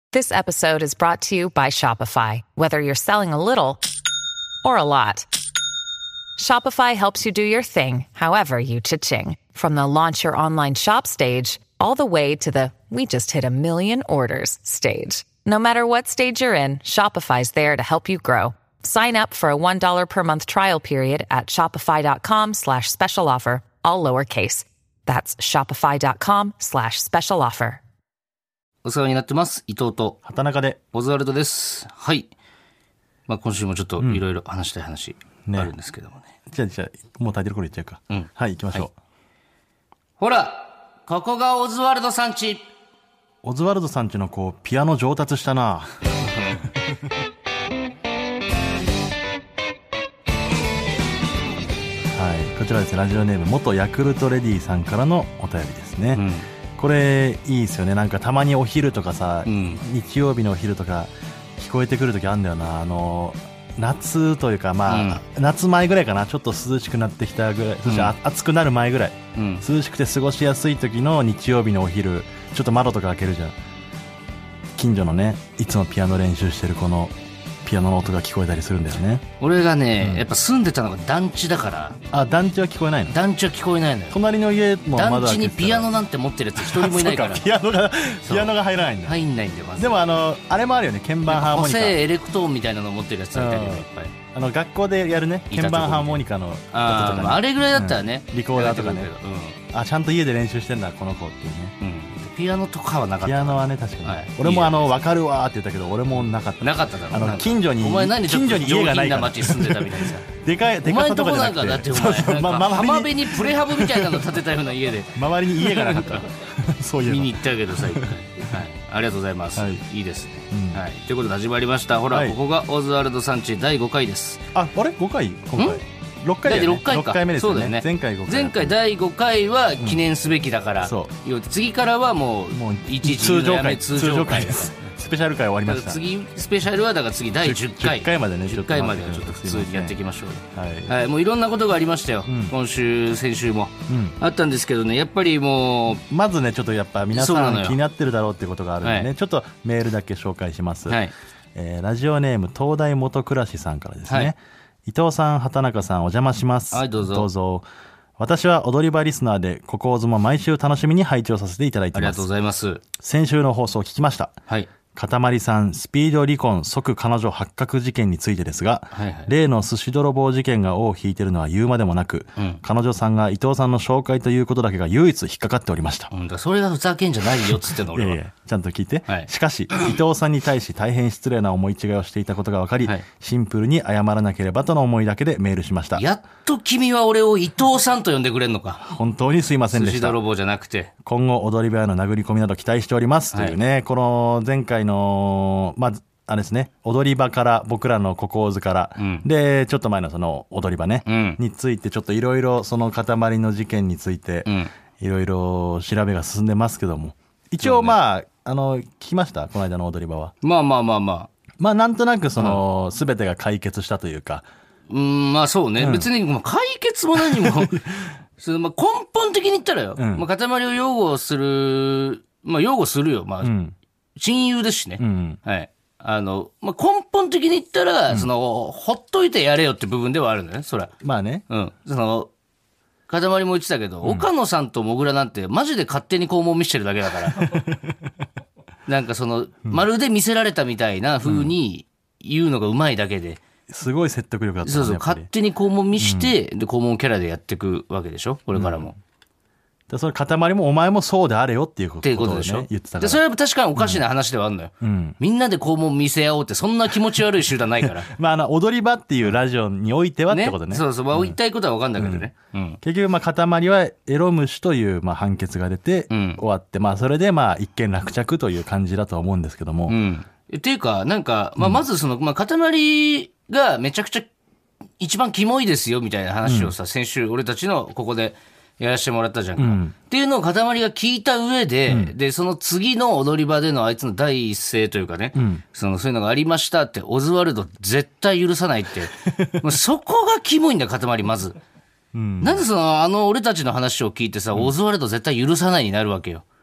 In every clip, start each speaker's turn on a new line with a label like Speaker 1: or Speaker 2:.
Speaker 1: This episode is brought to you by Shopify. Whether you're selling a little or a lot, Shopify helps you do your thing, however you cha-ching. From the launch your online shop stage, all the way to the we just hit 1 million orders stage. No matter what stage you're in, Shopify's there to help you grow. Sign up for a $1 per month trial period at shopify.com/special offer, all lowercase. That's shopify.com/special offer.
Speaker 2: お世話になってます。伊藤と
Speaker 3: 畑中で
Speaker 2: オズワルドです。はい。まあ今週もちょっといろいろ話したい話あるんですけどもね。
Speaker 3: じゃあもうタイトルコールいっちゃうか。はい、行きましょう。はい、
Speaker 2: ほら、ここがオズワルドさんち。
Speaker 3: オズワルドさんちのこうピアノ上達したな。はい、こちらですね、ラジオネーム元ヤクルトレディさんからのお便りですね。これいいですよね。なんかたまにお昼とかさ、日曜日のお昼とか聞こえてくるときあるんだよな。夏というか、夏前ぐらいかな、ちょっと涼しくなってきたぐらい、そして暑くなる前ぐらい、涼しくて過ごしやすい時の日曜日のお昼、ちょっと窓とか開けるじゃん。近所のね、いつもピアノ練習してる子のピアノの音が聞こえたりするんだよね。
Speaker 2: 俺がね、やっぱ住んでたのが団地だから。
Speaker 3: あ、団地は聞こえないの？
Speaker 2: 団地は聞こえないのよ。
Speaker 3: 隣の家も窓開けてたら
Speaker 2: 団地にピアノなんて持ってるやつ一人もいないから。
Speaker 3: ピアノが入らないんだ。
Speaker 2: 入んないんだよ、まず。
Speaker 3: でもあれもあるよね、鍵盤ハーモニカ。
Speaker 2: 個性エレクトーンみたいなの持ってるやつみたいなのいっぱい。
Speaker 3: 学校でやるね、鍵盤ハーモニカの音とかね。
Speaker 2: あれぐらいだったらね、
Speaker 3: リコーダーとかね。あ、ちゃんと家で練習してんだこの子っていうね。
Speaker 2: ピアノとかはなかった。
Speaker 3: ピアノはね、確かに、俺も分かるわって言ったけど、俺もなかった
Speaker 2: だろう。
Speaker 3: 近所に
Speaker 2: お前何ちょっと
Speaker 3: 家がないから
Speaker 2: 上品な町住んでたみたいなさ
Speaker 3: でかい
Speaker 2: お前んとこなんか
Speaker 3: とこじゃなくて、
Speaker 2: だってお前浜辺にプレハブみたいなの建てたような家で
Speaker 3: 周りに家がなかったそういう
Speaker 2: 見に行ったけどさ、はい、ありがとうございます、いいですね、はい、ということで始まりました。ほら、ここがオズワルドさんち第5回です。
Speaker 3: あれ5回今回6回だよね。6回目ですよね。
Speaker 2: そうだよね。
Speaker 3: 前回5回。
Speaker 2: 前回第5回は記念すべきだから、次からはもういちいち
Speaker 3: 通常回です。スペシャル回終わりました。
Speaker 2: 次スペシャルはだから次第10回。
Speaker 3: 10回までね。
Speaker 2: 10回まではちょっと普通にやっていきましょう。はい。もういろんなことがありましたよ。今週先週もあったんですけどね、やっぱりもう
Speaker 3: まずね、ちょっとやっぱ皆さん気になってるだろうってことがあるんでね、ちょっとメールだけ紹介します。ラジオネーム東大元暮らしさんからですね。伊藤さん、畑中さん、お邪魔します。
Speaker 2: はい、どうぞ。
Speaker 3: どうぞ。私は踊り場リスナーで、ここをずも毎週楽しみに拝聴させていただいています。
Speaker 2: ありがとうございます。
Speaker 3: 先週の放送を聞きました。
Speaker 2: はい。
Speaker 3: かたまりさん、スピード離婚即彼女発覚事件についてですが、例の寿司泥棒事件が尾を引いているのは言うまでもなく、彼女さんが伊藤さんの紹介ということだけが唯一引っかかっておりました。
Speaker 2: それがふざけんじゃないよっつっての俺は。
Speaker 3: ちゃんと聞いて。しかし、伊藤さんに対し大変失礼な思い違いをしていたことが分かり、シンプルに謝らなければとの思いだけでメールしました。
Speaker 2: やっと君は俺を伊藤さんと呼んでくれんのか。
Speaker 3: 本当にすいませんでした。
Speaker 2: 寿司泥棒じゃなくて。
Speaker 3: 今後踊り場への殴り込みなど期待しております。というね、この前回のあれですね、踊り場から僕らのココーズから、でちょっと前のその踊り場ね、についてちょっといろいろその塊の事件についていろいろ調べが進んでますけども、一応聞きました、この間の踊り場は。なんとなくその全てが解決したというか、
Speaker 2: そうね、別に解決も何もその根本的に言ったらよ、塊を擁護する、擁護するよ、親友ですしね。はい。根本的に言ったら、ほっといてやれよって部分ではあるんだよね、そら。
Speaker 3: まあね。
Speaker 2: 塊も言ってたけど、岡野さんともぐらなんて、マジで勝手に肛門見せてるだけだから。なんかまるで見せられたみたいな風に言うのがうまいだけで。
Speaker 3: すごい説得力だったね。
Speaker 2: そう、勝手に肛門見して、で、肛門キャラでやっていくわけでしょ、これからも。
Speaker 3: その塊もお前もそうであれよっていうこと
Speaker 2: でしょ、
Speaker 3: 言ってたから。
Speaker 2: でそれは確かにおかしな話ではあるのよ、みんなで肛門見せ合おうってそんな気持ち悪い集団ないから
Speaker 3: 踊り場っていうラジオにおいてはってことね。
Speaker 2: そうそう、言いたいことは分かんないけどね、
Speaker 3: 結局塊はエロ虫という判決が出て終わって、それで一件落着という感じだとは思うんですけども、
Speaker 2: っていうかなんか、まず塊がめちゃくちゃ一番キモいですよみたいな話をさ、先週俺たちのここでやらせてもらったじゃんか、っていうのを塊が聞いた上で、でその次の踊り場でのあいつの第一声というかね、そういうのがありましたってオズワルド絶対許さないってもうそこがキモいんだよ塊まず、なんで俺たちの話を聞いてさ、オズワルド絶対許さないになるわけよ。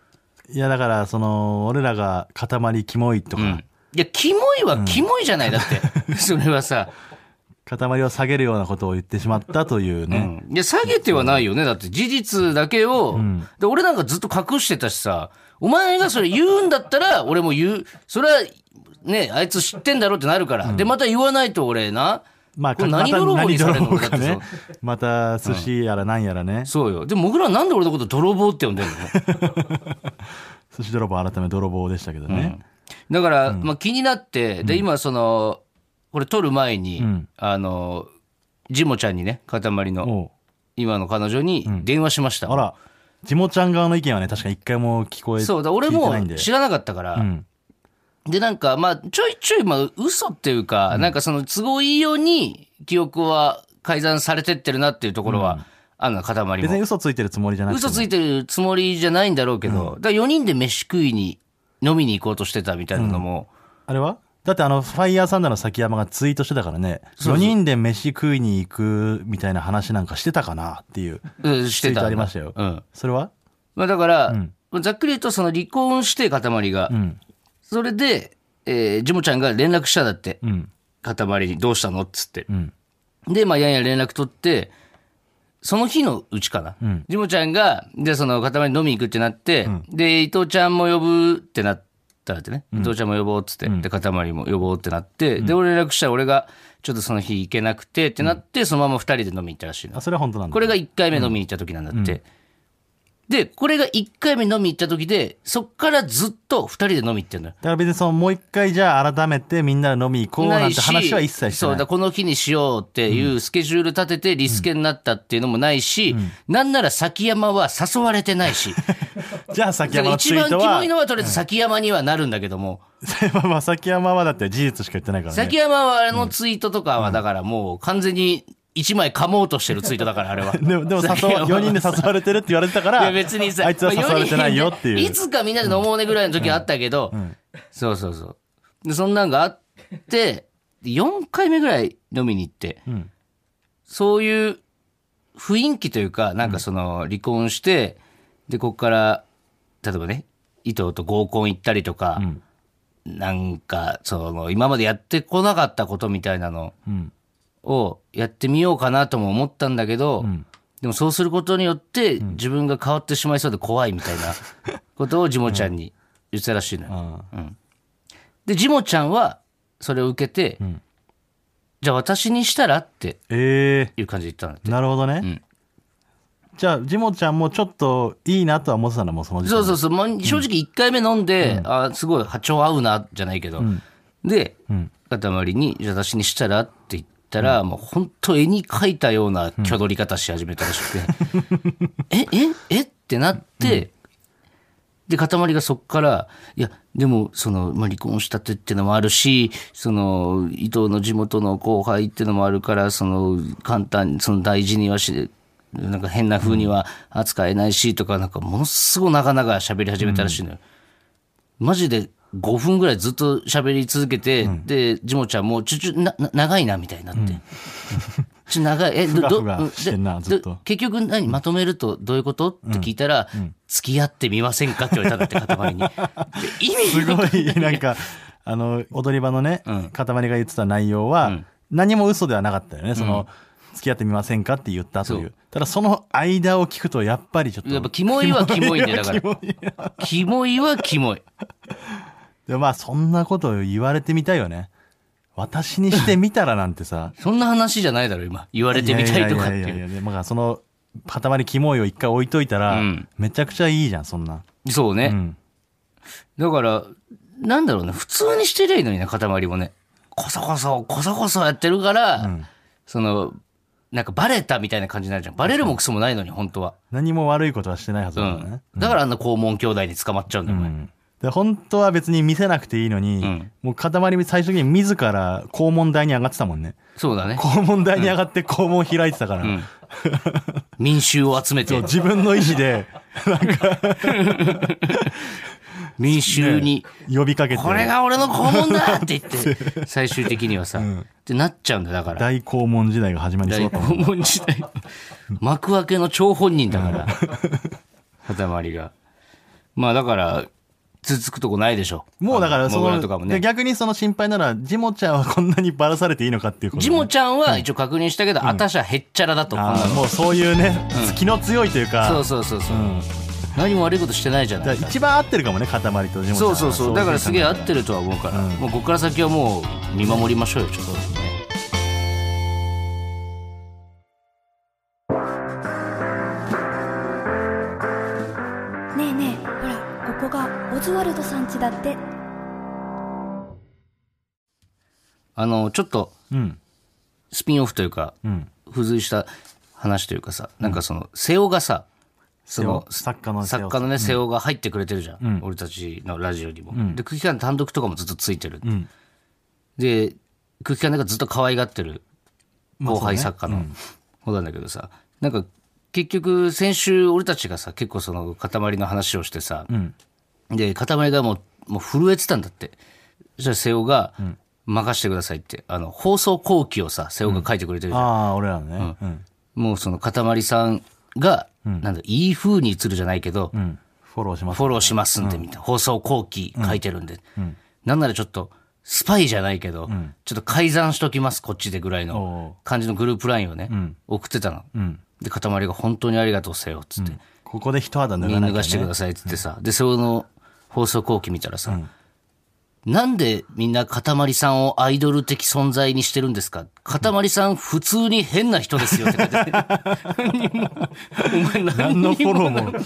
Speaker 3: いやだからその俺らが塊キモいとか、
Speaker 2: いやキモいはキモいじゃない、だってそれはさ
Speaker 3: 塊を下げるようなことを言ってしまったというね、
Speaker 2: いや下げてはないよね。だって事実だけを、で俺なんかずっと隠してたしさ、お前がそれ言うんだったら俺も言う、それはねあいつ知ってんだろってなるから、でまた言わないと俺な、
Speaker 3: まあ
Speaker 2: これ何泥棒にされるのだって
Speaker 3: ね、また寿司やらなんやらね、
Speaker 2: そうよ。でも僕らはなんで俺のこと泥棒って呼んでんの
Speaker 3: 寿司泥棒改め泥棒でしたけどね、
Speaker 2: だから、まあ、気になって、で今そのこれ撮る前に、ジモちゃんにね、塊の今の彼女に電話しました、
Speaker 3: あらジモちゃん側の意見はね確か一回も聞こえてないんで。
Speaker 2: そうだ、俺も知らなかったから、でなんかまあちょいちょいまあ嘘っていうか、なんかその都合いいように記憶は改ざんされてってるなっていうところはあるの、塊も
Speaker 3: 別に嘘ついてるつもりじゃなくて、
Speaker 2: 嘘ついてるつもりじゃないんだろうけど、だから4人で飯食いに飲みに行こうとしてたみたいなのも、
Speaker 3: あれはだってファイヤーサンダーの崎山がツイートしてたからね、4人で飯食いに行くみたいな話なんかしてたかなっていう
Speaker 2: してた
Speaker 3: ツイートありましたよ、それは
Speaker 2: まあだから、ざっくり言うとその離婚して塊が、それで、ジモちゃんが連絡しただって、塊にどうしたのっつって、でまあやんや連絡取って、その日のうちかな、ジモちゃんがでその塊飲みに行くってなって、で伊藤ちゃんも呼ぶってなったらってね、伊藤ちゃんも呼ぼうっつって、で塊も呼ぼうってなって、で俺連絡したら俺がちょっとその日行けなくてってなって、そのまま2人で飲みに行ったらしいの。
Speaker 3: あそれは本当なんだ。
Speaker 2: これが1回目飲みに行った時なんだって、でこれが1回目飲みに行った時で、そっからずっと2人で飲みに行ってんのよ。
Speaker 3: だから別にそのもう一回じゃあ改めてみんなで飲み行こうなんて話は一切してない。
Speaker 2: そうだ、この日にしようっていうスケジュール立ててリスケになったっていうのもないし、なんなら崎山は誘われてないし
Speaker 3: じゃあ崎山のツイートは
Speaker 2: 一番キモいのはとりあえず崎山にはなるんだけども、
Speaker 3: まあ崎山はだって事実しか言ってないからね。
Speaker 2: 崎山はあのツイートとかはだからもう完全に一枚噛もうとしてるツイートだから、あれは。
Speaker 3: でも4人で誘われてるって言われてたから、
Speaker 2: いや別にさ、
Speaker 3: あいつは誘われてないよっていう。
Speaker 2: いつかみんなで飲もうねぐらいの時あったけど、そうそうそう。で、そんなんがあって、4回目ぐらい飲みに行って、そういう雰囲気というか、なんかその離婚して、で、こっから、例えばね、伊藤と合コン行ったりとか、なんか、その、今までやってこなかったことみたいなの、をやってみようかなとも思ったんだけど、でもそうすることによって自分が変わってしまいそうで怖いみたいなことをジモちゃんに言ってたらしいのよ、でジモちゃんはそれを受けて、じゃあ私にしたらっていう感じで言ったんだって、
Speaker 3: なるほどね、じゃあジモちゃんもちょっといいなとは思ってたのもその時点で。
Speaker 2: そう、正直1回目飲んで、すごい波長合うなじゃないけど、で、塊にじゃあ私にしたらって言ってたら、もう本当絵に描いたような挙取り方し始めたらしくて、えってなって、で塊がそっから、いやでもその、離婚したってのもあるし、その伊藤の地元の後輩ってのもあるから、その簡単にその大事にはなんか変な風には扱えないしとか、なんかものすごい長々喋り始めたらしいのよ、マジで5分ぐらいずっと喋り続けて、でジモちゃんも長いなみたいになって、長い
Speaker 3: ふがふがしてんなずっと。
Speaker 2: 結局何まとめるとどういうことって聞いたら、付き合ってみませんかって言われたんだって塊に。意味
Speaker 3: すごいなんか踊り場のね、塊が言ってた内容は、何も嘘ではなかったよね。その付き合ってみませんかって言ったという。ただその間を聞くとやっぱりちょっと
Speaker 2: やっぱキモいはキモいんだよ。だからキモいはキモい。
Speaker 3: でもまあそんなことを言われてみたいよね。私にしてみたらなんてさ
Speaker 2: そんな話じゃないだろ今、言われてみたいとかっていう。
Speaker 3: でまあその塊キモいを一回置いといたら、めちゃくちゃいいじゃんそんな。
Speaker 2: そうね、だからなんだろうね、普通にしてりゃいいのにね、塊もねこそこそやってるから、そのなんかバレたみたいな感じになるじゃん。バレるもクソもないのに本当は
Speaker 3: 何も悪いことはしてないはずだからね、
Speaker 2: だからあんな肛門兄弟に捕まっちゃうんだよ、お前。
Speaker 3: で本当は別に見せなくていいのに、もう塊最初に自ら肛門台に上がってたもんね。
Speaker 2: そうだね、
Speaker 3: 肛門台に上がって肛門開いてたから、
Speaker 2: 民衆を集めて
Speaker 3: 自分の意思でなんか
Speaker 2: 民衆に、
Speaker 3: 呼びかけて、
Speaker 2: これが俺の肛門だって言って最終的にはさ、ってなっちゃうんだよ。だから
Speaker 3: 大肛門時代が始まりそうだったもん。
Speaker 2: 大肛門時代幕開けの張本人だから塊が。 まあだからつつくとこないでしょ。
Speaker 3: もうだから
Speaker 2: モグラとかもね。
Speaker 3: 逆にその心配ならジモちゃんはこんなにバラされていいのかっていうこと、
Speaker 2: ジモちゃんは一応確認したけど、あたしはへっちゃらだと。
Speaker 3: もうそういうね、気の強いというか、
Speaker 2: そう、何も悪いことしてないじゃない。
Speaker 3: 一番合ってるかもね、塊とジモちゃんは。
Speaker 2: そうだからすげえ合ってるとは思うから、もうここから先はもう見守りましょうよ、ちょっとね。
Speaker 4: ねえねえ、ほらここがオズワルドさん家だって。
Speaker 2: ちょっとスピンオフというか、付随した話というかさ、なんかその瀬尾がさ、その
Speaker 3: 作家の
Speaker 2: ね瀬尾が入ってくれてるじゃん、俺たちのラジオにも、で空気感単独とかもずっとついてる、で空気感がずっと可愛がってる後輩作家の方なんだけどさ、なんか結局先週俺たちがさ結構その塊の話をしてさ、で塊がもう震えてたんだって。そしたら瀬尾が、任してくださいって放送後期をさ瀬尾が書いてくれてるじゃん、
Speaker 3: ああ俺らのね、
Speaker 2: もうその塊さんが、なんだいい風に映るじゃないけど、
Speaker 3: フォローします
Speaker 2: んでみたいな、放送後期書いてるんで、なんならちょっとスパイじゃないけど、ちょっと改ざんしときますこっちでぐらいの感じのグループラインをね、送ってたの、で塊が本当にありがとう瀬尾っつって、
Speaker 3: ここで一肌脱がなきゃね、
Speaker 2: 脱がしてくださいっつってさ、で瀬尾の放送後期見たらさ、なんでみんな塊さんをアイドル的存在にしてるんですか、塊さん普通に変な人ですよって書いてあるお前
Speaker 3: 何のフォローも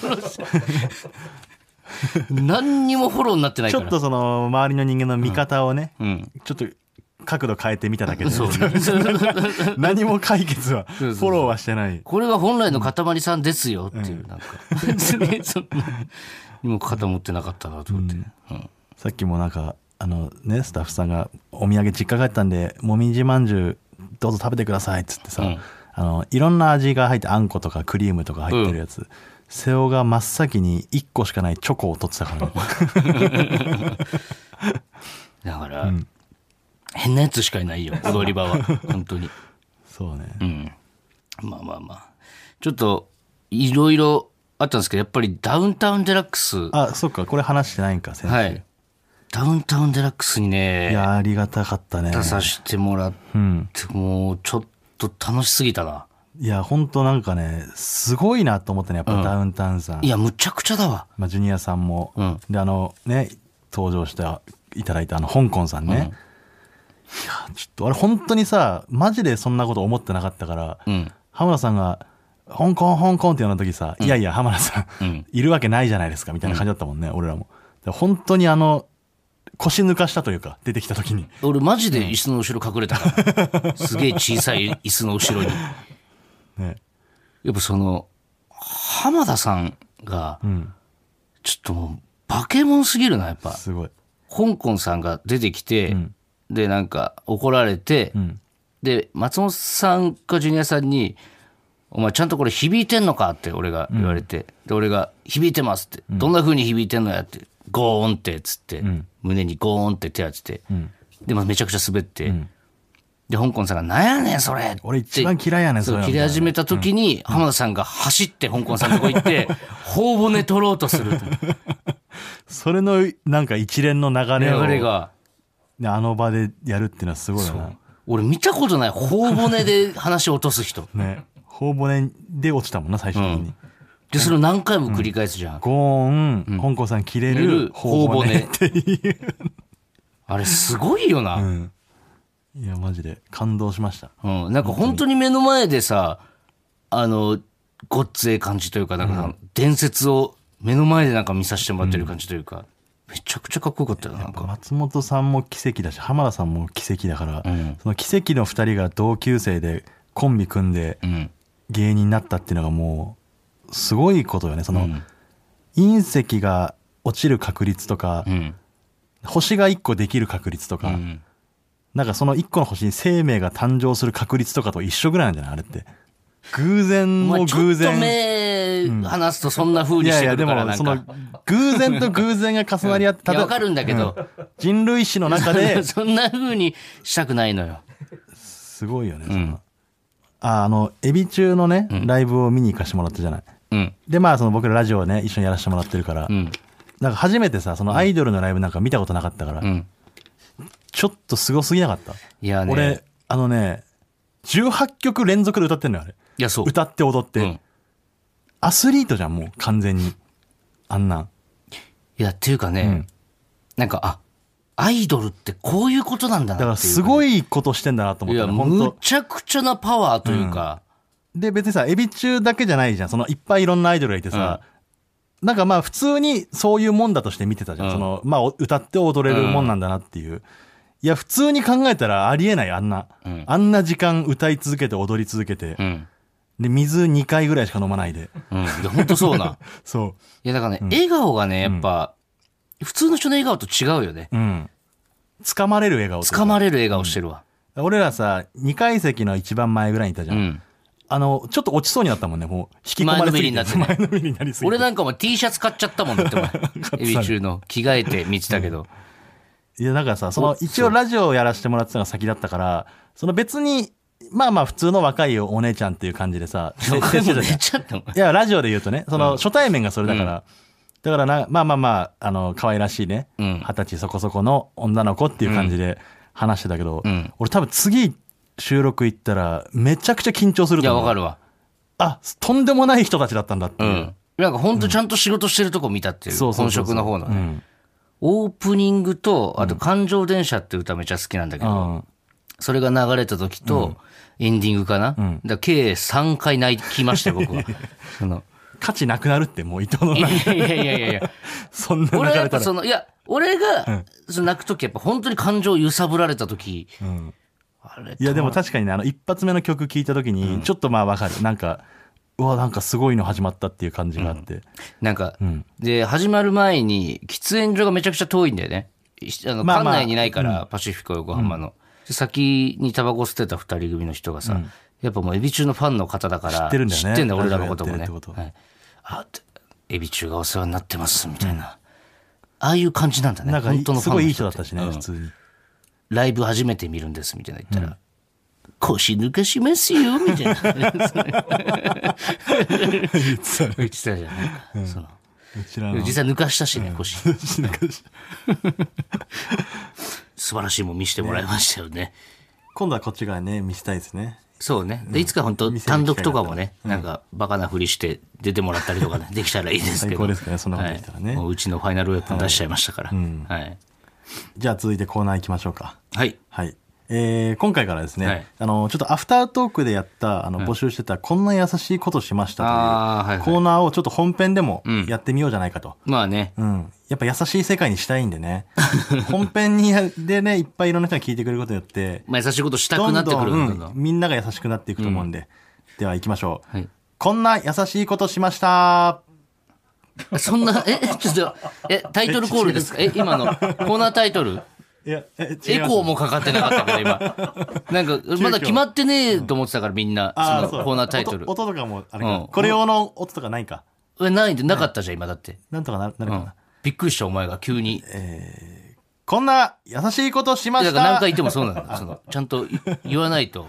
Speaker 2: 何にもフォローになってないから、
Speaker 3: ちょっとその周りの人間の見方をね、ちょっと角度変えてみただけで、何も解決はフォローはしてない。
Speaker 2: これが本来の塊さんですよっていう、なんか別にそんなにも肩持ってなかったなと思って、
Speaker 3: さっきもなんかね、スタッフさんがお土産実家帰ったんでもみじまんじゅうどうぞ食べてくださいっつってさ、いろんな味が入ってあんことかクリームとか入ってるやつ、瀬尾が真っ先に1個しかないチョコを取ってたからね
Speaker 2: だから、変なやつしかいないよ踊り場は本当に。
Speaker 3: そうね、
Speaker 2: まあちょっといろいろあったんですけど、やっぱりダウンタウンデラックス、
Speaker 3: そっかこれ話してないんか先生。
Speaker 2: はい、ダウンタウンデラックスにね、
Speaker 3: いやありがたかったね、
Speaker 2: 出させてもらって、もうちょっと楽しすぎたな。
Speaker 3: いや本当なんかねすごいなと思ったね、やっぱダウンタウンさん、
Speaker 2: いやむちゃくちゃだわ、
Speaker 3: ジュニアさんも、でね登場していただいた香港さんね、いやちょっとあれ本当にさマジでそんなこと思ってなかったから、浜田さんが香港って言う時さ、いやいや浜田さん、いるわけないじゃないですかみたいな感じだったもんね、俺らも。本当に腰抜かしたというか出てきた時に
Speaker 2: 俺マジで椅子の後ろ隠れたからすげえ小さい椅子の後ろに、ね、やっぱその浜田さんが、ちょっともう化け物すぎるな、やっぱ
Speaker 3: すごい。
Speaker 2: 香港さんが出てきて、でなんか怒られて、で松本さんかジュニアさんにお前ちゃんとこれ響いてんのかって俺が言われて、で俺が響いてますって、どんな風に響いてんのやって、ゴーンってつって、胸にゴーンって手当てて、でもめちゃくちゃ滑って、で香港さんがなんやねんそれって、
Speaker 3: 俺一番嫌いやねん
Speaker 2: それ切り始めた時に、浜田さんが走って香港さんのとこ行って頬骨取ろうとすると
Speaker 3: それのなんか一連の流れ
Speaker 2: が
Speaker 3: あの場でやるっていうのはすごいよな。
Speaker 2: 俺見たことない頬骨で話を落とす人
Speaker 3: ね、頬骨で落ちたもんな最初に、
Speaker 2: でそれを何回も繰り返すじゃん、
Speaker 3: ゴーン、香港さん切れる頬骨っていう
Speaker 2: あれすごいよな、
Speaker 3: いやマジで感動しました、
Speaker 2: なんか本当に目の前でさごっつええ感じというか、なんか伝説を目の前でなんか見させてもらってる感じというか、めちゃくちゃかっこよかったよ。なんか
Speaker 3: 松本さんも奇跡だし浜田さんも奇跡だから、その奇跡の2人が同級生でコンビ組んで芸人になったっていうのがもうすごいことよね。その隕石が落ちる確率とか、星が1個できる確率とか、なんかその1個の星に生命が誕生する確率とかと一緒ぐらいなんじゃないあれって。偶然も偶然。
Speaker 2: ちょっと目離すとそんな風にしてくるからなんか。
Speaker 3: いやいやでもその偶然と偶然が重なり合って、
Speaker 2: わかるんだけど、
Speaker 3: 人類史の中で
Speaker 2: そんな風にしたくないのよ。
Speaker 3: すごいよね。エビ中のね、ライブを見に行かしてもらったじゃない。でまあその僕らラジオをね一緒にやらせてもらってるから、 なんか初めてさ、そのアイドルのライブなんか見たことなかったから、ちょっとすごすぎなかった？
Speaker 2: いやね。
Speaker 3: 俺、18曲連続で歌ってんのよ、あれ。
Speaker 2: いや、そう。
Speaker 3: 歌って踊って。アスリートじゃん、もう、完全に。あんなん。
Speaker 2: いや、っていうかね、なんか、アイドルってこういうことなんだなっていう。
Speaker 3: だからすごいことしてんだなと思ったね、本当。
Speaker 2: むちゃくちゃなパワーというか。
Speaker 3: で、別にさ、エビ中だけじゃないじゃん。その、いっぱいいろんなアイドルがいてさ、なんかまあ普通にそういうもんだとして見てたじゃん。その、まあ歌って踊れるもんなんだなっていう。いや、普通に考えたらありえない、あんな。あんな時間歌い続けて踊り続けて。で、水2回ぐらいしか飲まないで。
Speaker 2: ほんとそうな。
Speaker 3: そう。
Speaker 2: いや、だからね、笑顔がね、やっぱ、普通の人の笑顔と違うよね。
Speaker 3: 掴まれる笑顔。
Speaker 2: 掴まれる笑顔してるわ。
Speaker 3: 俺らさ、2階席の一番前ぐらいにいたじゃん。ちょっと落ちそうになったもんね、もう。引き込まれすぎて。前のめりになりすぎて。
Speaker 2: 俺なんかも T シャツ買っちゃったもんだって、お前。エビ中の着替えて見てたけど。
Speaker 3: いや、だからさ、一応ラジオをやらせてもらってたのが先だったから、別に、まあまあ普通の若いお姉ちゃんっていう感じでさ、いや、ラジオで言うとね、初対面がそれだから、だからまあまあまあ、可愛らしいね、20歳そこそこの女の子っていう感じで話してたけど、俺多分次収録行ったらめちゃくちゃ緊張すると思う。
Speaker 2: いや、わかるわ。
Speaker 3: とんでもない人たちだったんだっていう。
Speaker 2: なんか本当ちゃんと仕事してるとこ見たっていう、本職の方のね。オープニングと、あと環状電車って歌めちゃ好きなんだけど、それが流れた時と、エンディングかな、計3回泣きましたよ、僕は。
Speaker 3: 価値なくなるって、もう伊藤の中で。
Speaker 2: いや。
Speaker 3: そんな流れたら。
Speaker 2: 俺はやっぱ俺が、泣く時やっぱ本当に感情揺さぶられた時、
Speaker 3: いやでも確かにね、一発目の曲聴いた時に、ちょっとまあわかる。なんか、なんかすごいの始まったっていう感じがあって。
Speaker 2: なんか、で、始まる前に、喫煙所がめちゃくちゃ遠いんだよね。館内にないから、パシフィコ横浜の。先にタバコ吸ってた二人組の人がさ、やっぱもうエビ中のファンの方だから、
Speaker 3: 知ってるんだよね。
Speaker 2: 知ってんだ、俺らのこともね。エビ中がお世話になってます、みたいな。ああいう感じなんだね。
Speaker 3: なんか、本当のすごいいい人だったしね、普通に。
Speaker 2: ライブ初めて見るんです、みたいな言ったら、腰抜かしますよ、みたいな。言ってたじゃん。実際抜かしたしね、腰。素晴らしいもん見せてもらいましたよね。
Speaker 3: 今度はこっち側ね、見せたいですね。
Speaker 2: そうね。でいつか本当単独とかもね、なんかバカなふりして出てもらったりとかね、できたらいいですけど。
Speaker 3: 最高ですかね、そんなことできたらね。
Speaker 2: もううちのファイナルウェポン出しちゃいましたから。
Speaker 3: じゃあ続いてコーナー行きましょうか。
Speaker 2: はい。
Speaker 3: 今回からですね、ちょっとアフタートークでやった、募集してた、こんな優しいことしましたというコーナーをちょっと本編でもやってみようじゃないかと。
Speaker 2: まあね。
Speaker 3: やっぱ優しい世界にしたいんでね。本編でね、いっぱいいろんな人が聞いてくれることによって、
Speaker 2: まあ優しいことしたくなってくるんだ。
Speaker 3: みんなが優しくなっていくと思うんで。では行きましょう。こんな優しいことしました。
Speaker 2: そんな、ちょっと、タイトルコールですか？今のコーナータイトル？
Speaker 3: いや、
Speaker 2: エコーもかかってなかったけど、今。なんか、まだ決まってねえと思ってたから、みんな、そのコーナータイトル。
Speaker 3: 音とかも、あれか。これ用の音とかないか。
Speaker 2: ないんで、なかったじゃん、今だって。
Speaker 3: なんとかなるかな。
Speaker 2: びっくりした、お前が、急に。
Speaker 3: こんな優しいことしました。
Speaker 2: 何回言ってもそうなんだ。ちゃんと言わないと。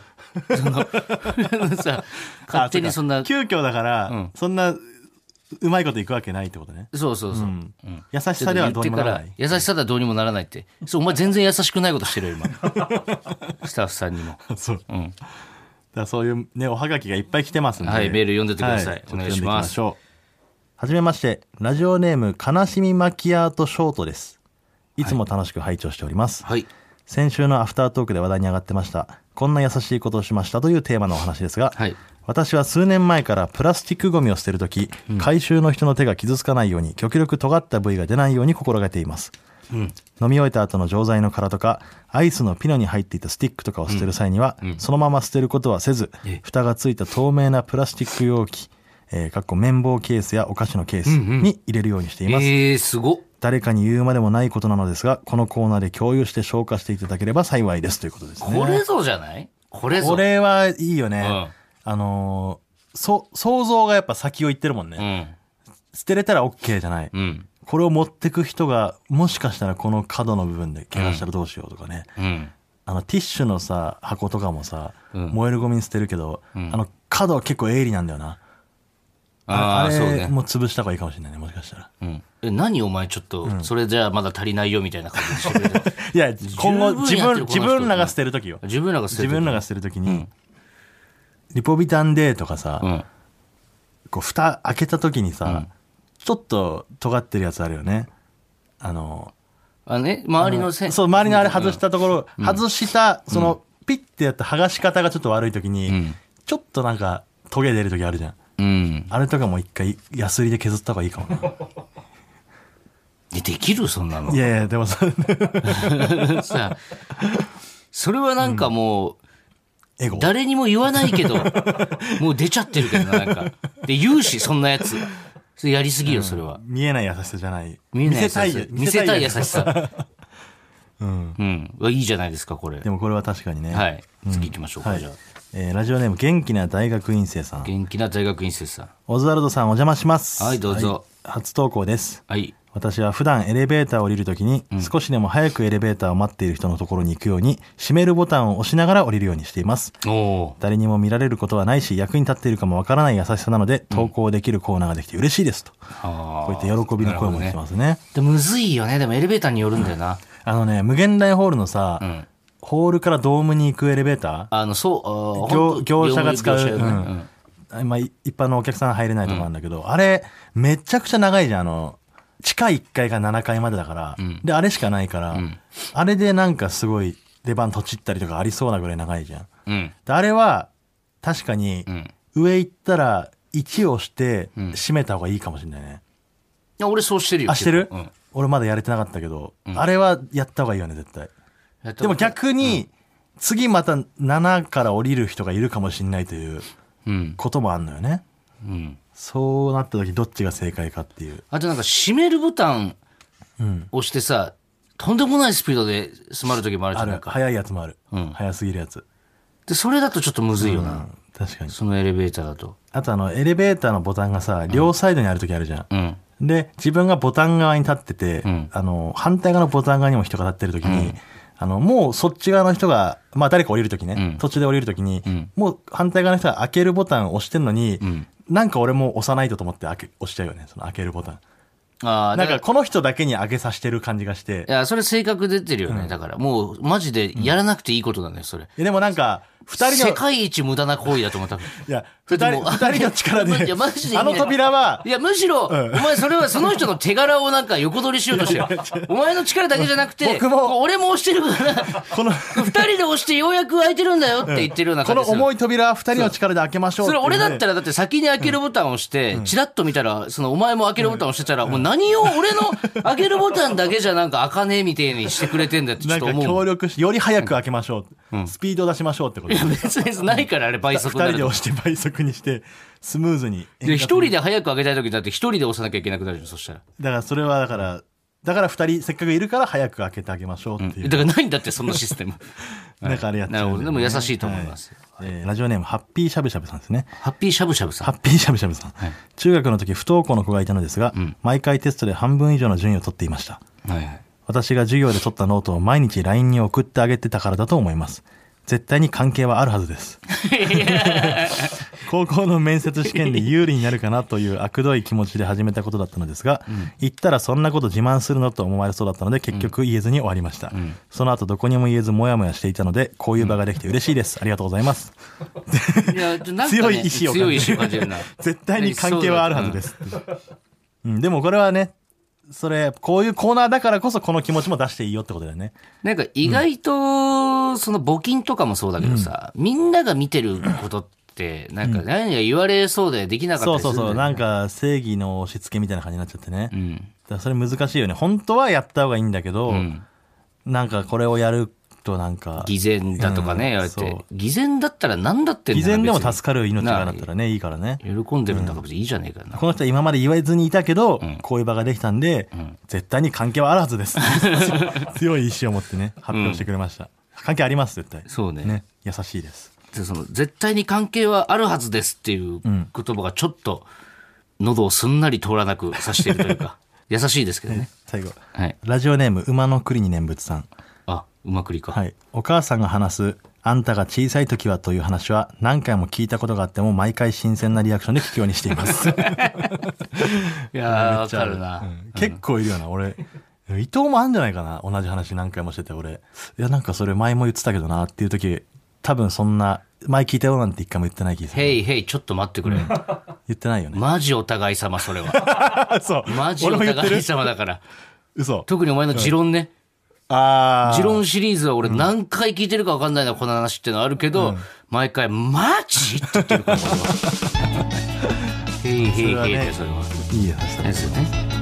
Speaker 2: さ、勝手にそんな。
Speaker 3: 急遽だから、そんな、うまいこといくわけないってことね。
Speaker 2: そう。
Speaker 3: 優しさではどうにもならない。
Speaker 2: 優しさではどうにもならないって。そう、お前全然優しくないことしてるよ、今。スタッフさんにも。
Speaker 3: そう。だからそういうね、おはがきがいっぱい来てますんで。
Speaker 2: はい、メール読んでてください。お願いします。
Speaker 3: はじめまして、ラジオネーム、悲しみマキアートショートです。いつも楽しく拝聴しております。
Speaker 2: はい。
Speaker 3: 先週のアフタートークで話題に上がってました。こんな優しいことをしましたというテーマのお話ですが、
Speaker 2: はい。
Speaker 3: 私は数年前からプラスチックゴミを捨てるとき、回収の人の手が傷つかないように、極力尖った部位が出ないように心がけています。飲み終えた後の錠剤の殻とか、アイスのピノに入っていたスティックとかを捨てる際には、そのまま捨てることはせず、蓋がついた透明なプラスチック容器、綿棒ケースやお菓子のケースに入れるようにしています。
Speaker 2: すごっ。
Speaker 3: 誰かに言うまでもないことなのですが、このコーナーで共有して消化していただければ幸いですということですね。
Speaker 2: これぞじゃない？これ
Speaker 3: はいいよね。想像がやっぱ先を言ってるもんね。捨てれたら OK じゃない。これを持ってく人が、もしかしたらこの角の部分で怪我したらどうしようとかね。ティッシュのさ、箱とかもさ、燃えるゴミに捨てるけど、角は結構鋭利なんだよな。 あ
Speaker 2: そうね
Speaker 3: れも潰した方がいいかもしれないね、もしかしたら。
Speaker 2: 何お前ちょっと、それじゃあまだ足りないよみたいな感じでしてくれて。
Speaker 3: いや、今後
Speaker 2: 十分やってる
Speaker 3: 自分らが捨てるときよ。
Speaker 2: 自分らが捨てる時
Speaker 3: 自分らが捨てるときに、リポビタン D とかさ、こう蓋開けたときにさ、ちょっと尖ってるやつあるよね。
Speaker 2: 周りの線。
Speaker 3: そう、周りのあれ外したところ、外した、その、ピッてやった剥がし方がちょっと悪いときに、ちょっとなんか、トゲ出るときあるじゃん。あれとかも一回、ヤスリで削った方がいいかもな。
Speaker 2: できるそんなの。
Speaker 3: いやいや、でもさ、
Speaker 2: さそれはなんかもう、
Speaker 3: エゴ。
Speaker 2: 誰にも言わないけど、もう出ちゃってるけどな、なんか。で、言うし、そんなやつ。それやりすぎよ、それは。
Speaker 3: 見えない優しさじゃない。
Speaker 2: 見えない優しさ。見せたい優し
Speaker 3: さ。
Speaker 2: さ。いいじゃないですか、これ。
Speaker 3: でもこれは確かにね。
Speaker 2: はい。次行きましょうか、じゃあ。
Speaker 3: ラジオネーム元気な大学院生さん。
Speaker 2: 元気な大学院生さん。
Speaker 3: オズワルドさんお邪魔します。
Speaker 2: はい、どうぞ。
Speaker 3: 初投稿です。
Speaker 2: はい。
Speaker 3: 私は普段エレベーターを降りるときに、少しでも早くエレベーターを待っている人のところに行くように、閉めるボタンを押しながら降りるようにしています。誰にも見られることはないし、役に立っているかもわからない優しさなので、投稿できるコーナーができて嬉しいですと。こういった喜びの声も言ってますね。
Speaker 2: でむずいよね。でもエレベーターによるんだよな。
Speaker 3: 無限大ホールのさ、ホールからドームに行くエレベーター業者が使う、一般のお客さん入れないとこなんだけど、あれ、めちゃくちゃ長いじゃん。地下1階が7階までだから、で、あれしかないから、あれでなんかすごい出番とちったりとかありそうなぐらい長いじゃん。であれは、確かに、上行ったら1を押して閉めた方がいいかもしれないね。
Speaker 2: いや、俺そうしてるよ。
Speaker 3: してる？俺まだやれてなかったけど、あれはやった方がいいよね、絶対。でも逆に、次また7から降りる人がいるかもしれないということもあるのよね。そうなった時どっちが正解かっていう。
Speaker 2: あとなんか閉めるボタン押してさ、とんでもないスピードで閉まる時もあるじゃないか。
Speaker 3: 早いやつもある。早すぎるやつ。
Speaker 2: で、それだとちょっとむずいよな。
Speaker 3: 確かに。
Speaker 2: そのエレベーターだと。
Speaker 3: あとエレベーターのボタンがさ、両サイドにある時あるじゃん。で、自分がボタン側に立ってて、反対側のボタン側にも人が立ってる時に、もうそっち側の人が、誰か降りるときね、途中で降りるときに、もう反対側の人が開けるボタンを押してんのに、なんか俺も押さないとと思って押しちゃうよね、その開けるボタン。なんかこの人だけに開けさせてる感じがして。
Speaker 2: いや、それ性格出てるよね。だからもうマジでやらなくていいことなんだよ、それ。
Speaker 3: でもなんか、二人の。
Speaker 2: 世界一無駄な行為だと思った。い
Speaker 3: や、二人の力で。
Speaker 2: いや、マジで。
Speaker 3: 扉は。
Speaker 2: いや、むしろ、お前それはその人の手柄をなんか横取りしようとしてる。お前の力だけじゃなくて、俺も押してるから、二人で押してようやく開いてるんだよって言ってるような感じ。
Speaker 3: この重い扉は二人の力で開けましょう。
Speaker 2: それ俺だったらだって先に開けるボタンを押して、チラッと見たら、お前も開けるボタンを押してたら、もう何を俺の開けるボタンだけじゃなんか開かねえみたいにしてくれてんだってちょっと思う。
Speaker 3: なんか協力して、より早く開けましょう。スピード出しましょうってこと。
Speaker 2: いや、別にないからあれ倍速になる。
Speaker 3: 二人で押して倍速にして、スムーズに。
Speaker 2: で、一人で早く開けたい時だって一人で押さなきゃいけなくなるじゃん、そしたら。
Speaker 3: だからそれはだから二人せっかくいるから早く開けてあげましょうっていう。
Speaker 2: だからないんだって、そのシステム。
Speaker 3: なんかあれやってる。
Speaker 2: なるほど。でも優しいと思います。
Speaker 3: ラジオネーム、ハッピーしゃぶしゃぶさんですね。
Speaker 2: ハッピーしゃぶしゃぶさん。
Speaker 3: ハッピーしゃぶしゃぶさん。中学の時不登校の子がいたのですが、毎回テストで半分以上の順位を取っていました。私が授業で取ったノートを毎日 LINE に送ってあげてたからだと思います。絶対に関係はあるはずです。高校の面接試験で有利になるかなという悪どい気持ちで始めたことだったのですが、言ったらそんなこと自慢するのと思われそうだったので結局言えずに終わりました。その後どこにも言えずモヤモヤしていたので、こういう場ができて嬉しいです。ありがとうございます。強い意志を感じるな。絶対に関係はあるはずです。でもこれはね、こういうコーナーだからこそこの気持ちも出していいよってことだよね。
Speaker 2: なんか意外と、その募金とかもそうだけどさ、みんなが見てることって、なんか何が言われそうでできなかったりするんだよね。
Speaker 3: そう、なんか正義の押し付けみたいな感じになっちゃってね。だからそれ難しいよね。本当はやった方がいいんだけど、なんかこれをやるとなんか。
Speaker 2: 偽善だとかね、言われて。偽善だったら何だってんだ
Speaker 3: 偽善でも助かる命がなったらね、いいからね。
Speaker 2: 喜んでるんだから別にいいじゃねえかな。
Speaker 3: この人は今まで言わずにいたけど、こういう場ができたんで、絶対に関係はあるはずです。強い意志を持ってね、発表してくれました。関係あります、絶対。
Speaker 2: そうね。
Speaker 3: 優しいです。
Speaker 2: 絶対に関係はあるはずですっていう言葉がちょっと喉をすんなり通らなくさせているというか、優しいですけどね。
Speaker 3: 最後。ラジオネーム、馬の栗に念仏さん。
Speaker 2: 馬栗か。
Speaker 3: はい。お母さんが話すあんたが小さい時はという話は何回も聞いたことがあっても毎回新鮮なリアクションで聞くようにしています。
Speaker 2: いやー、わかるな、
Speaker 3: 結構いるよな、俺。伊藤もあんじゃないかな、同じ話何回もしてて、俺。いや、なんかそれ前も言ってたけどなっていう時、多分そんな、前聞いたよなんて一回も言ってない気がする。
Speaker 2: ヘイヘイ、ちょっと待ってくれ。
Speaker 3: 言ってないよね。
Speaker 2: マジお互い様、それは。
Speaker 3: そう。
Speaker 2: マジお互い様だから。
Speaker 3: 嘘。
Speaker 2: 特にお前の持論ね。
Speaker 3: ああ。
Speaker 2: 持論シリーズは俺何回聞いてるか分かんないな、この話ってのはあるけど、毎回、マジって言ってるから、俺は。ヘイヘイヘイって、それは。
Speaker 3: いい話だ
Speaker 2: ですよね。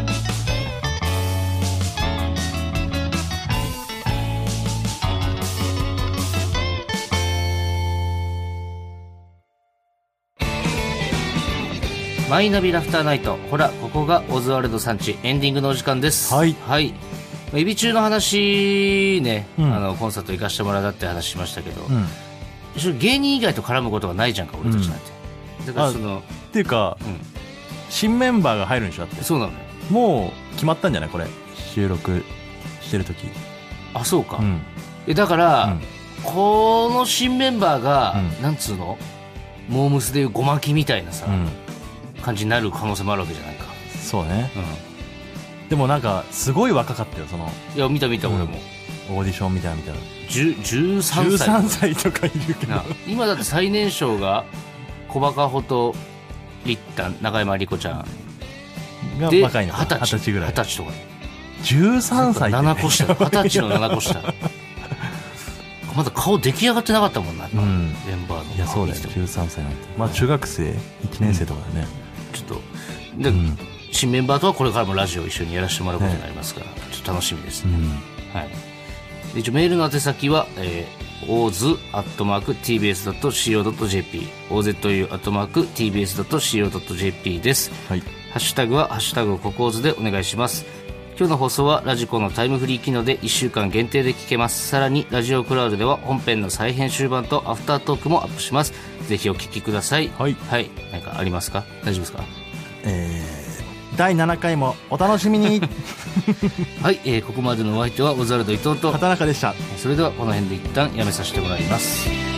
Speaker 2: マイナビラフターナイト。ほら、ここがオズワルドさんち、エンディングのお時間です。
Speaker 3: はい。
Speaker 2: はい。エビ中の話ね、コンサート行かしてもらったって話しましたけど、芸人以外と絡むことがないじゃんか、俺たちなんて。だから
Speaker 3: っていうか、新メンバーが入るんでしょ、だって。
Speaker 2: そうなのよ。
Speaker 3: もう決まったんじゃないこれ。収録してる時。
Speaker 2: あ、そうか。だから、この新メンバーが、なんつうのモームスでいうごまきみたいなさ、感じになる可能性もあるわけじゃないか。
Speaker 3: そうね。でもなんかすごい若かったよ、その。い
Speaker 2: や、見た俺も。
Speaker 3: オーディションみたいな
Speaker 2: 13歳。
Speaker 3: 13歳とかいるけど。
Speaker 2: 今だって最年少が小バカホとリッタン、中山莉子ちゃん
Speaker 3: が若いのか。20歳ぐらい。
Speaker 2: 20歳とか。
Speaker 3: 13歳って、ね。
Speaker 2: 7個下。20歳の7個下。まだ顔出来上がってなかったもんな、メンバーの。
Speaker 3: いや、そうだよ、13歳なんて。まあ中学生1年生とかだね。
Speaker 2: ちょっとで、新メンバーとはこれからもラジオ一緒にやらせてもらうことになりますから、ちょっと楽しみですね。はい。で、一応メールの宛先は、oz@tbs.co.jp、ozu@tbs.co.jp です。はい。ハッシュタグはハッシュタグココーズでお願いします。今日の放送はラジコのタイムフリー機能で1週間限定で聞けます。さらにラジオクラウドでは本編の再編集版とアフタートークもアップします。ぜひお聞きください。はい。はい。何かありますか？大丈夫ですか？
Speaker 3: 第7回もお楽しみに。
Speaker 2: はい、ここまでのお相手はオズワルド伊藤と
Speaker 3: 畑中でした。
Speaker 2: それではこの辺で一旦やめさせてもらいます。